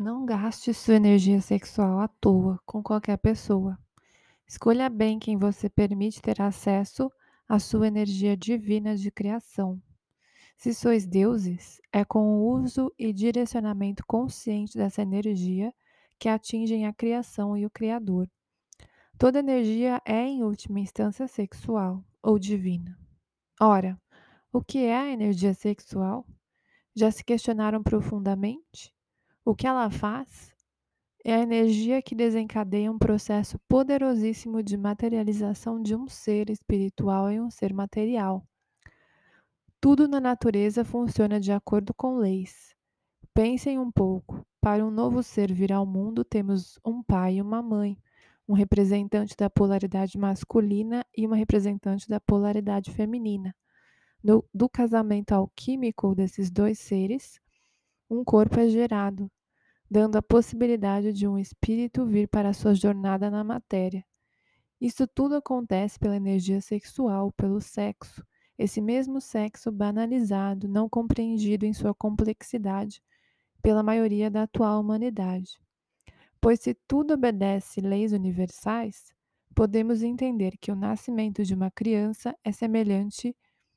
Não gaste sua energia sexual à toa com qualquer pessoa. Escolha bem quem você permite ter acesso à sua energia divina de criação. Se sois deuses, é com o uso e direcionamento consciente dessa energia que atingem a criação e o Criador. Toda energia é, em última instância, sexual ou divina. Ora, o que é a energia sexual? Já se questionaram profundamente? O que ela faz? É a energia que desencadeia um processo poderosíssimo de materialização de um ser espiritual em um ser material. Tudo na natureza funciona de acordo com leis. Pensem um pouco. Para um novo ser vir ao mundo, temos um pai e uma mãe, um representante da polaridade masculina e uma representante da polaridade feminina. Do casamento alquímico desses dois seres, um corpo é gerado, dando a possibilidade de um espírito vir para a sua jornada na matéria. Isso tudo acontece pela energia sexual, pelo sexo, esse mesmo sexo banalizado, não compreendido em sua complexidade pela maioria da atual humanidade. Pois se tudo obedece leis universais, podemos entender que o nascimento de uma criança é semelhante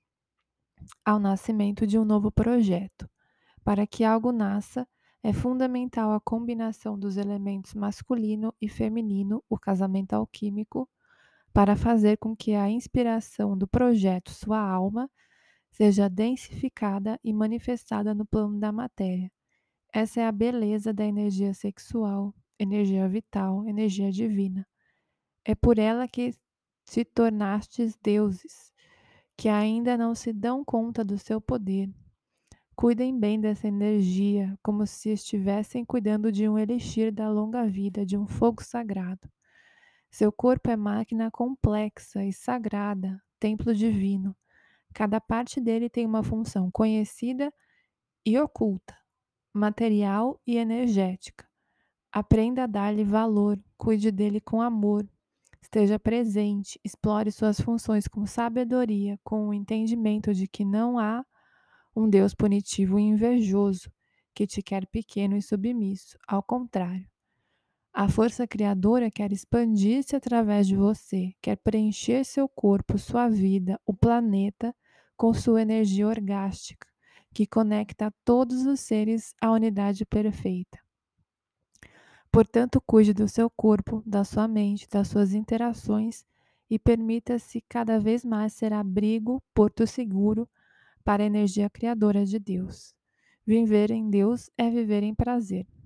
ao nascimento de um novo projeto. Para que algo nasça, é fundamental a combinação dos elementos masculino e feminino, o casamento alquímico, para fazer com que a inspiração do projeto, sua alma, seja densificada e manifestada no plano da matéria. Essa é a beleza da energia sexual, energia vital, energia divina. É por ela que se tornastes deuses, que ainda não se dão conta do seu poder. Cuidem bem dessa energia, como se estivessem cuidando de um elixir da longa vida, de um fogo sagrado. Seu corpo é máquina complexa e sagrada, templo divino. Cada parte dele tem uma função conhecida e oculta, material e energética. Aprenda a dar-lhe valor, cuide dele com amor. Esteja presente, explore suas funções com sabedoria, com o entendimento de que não há um Deus punitivo e invejoso que te quer pequeno e submisso. Ao contrário, a força criadora quer expandir-se através de você, quer preencher seu corpo, sua vida, o planeta com sua energia orgástica, que conecta todos os seres à unidade perfeita. Portanto, cuide do seu corpo, da sua mente, das suas interações e permita-se cada vez mais ser abrigo, porto seguro para a energia criadora de Deus. Viver em Deus é viver em prazer.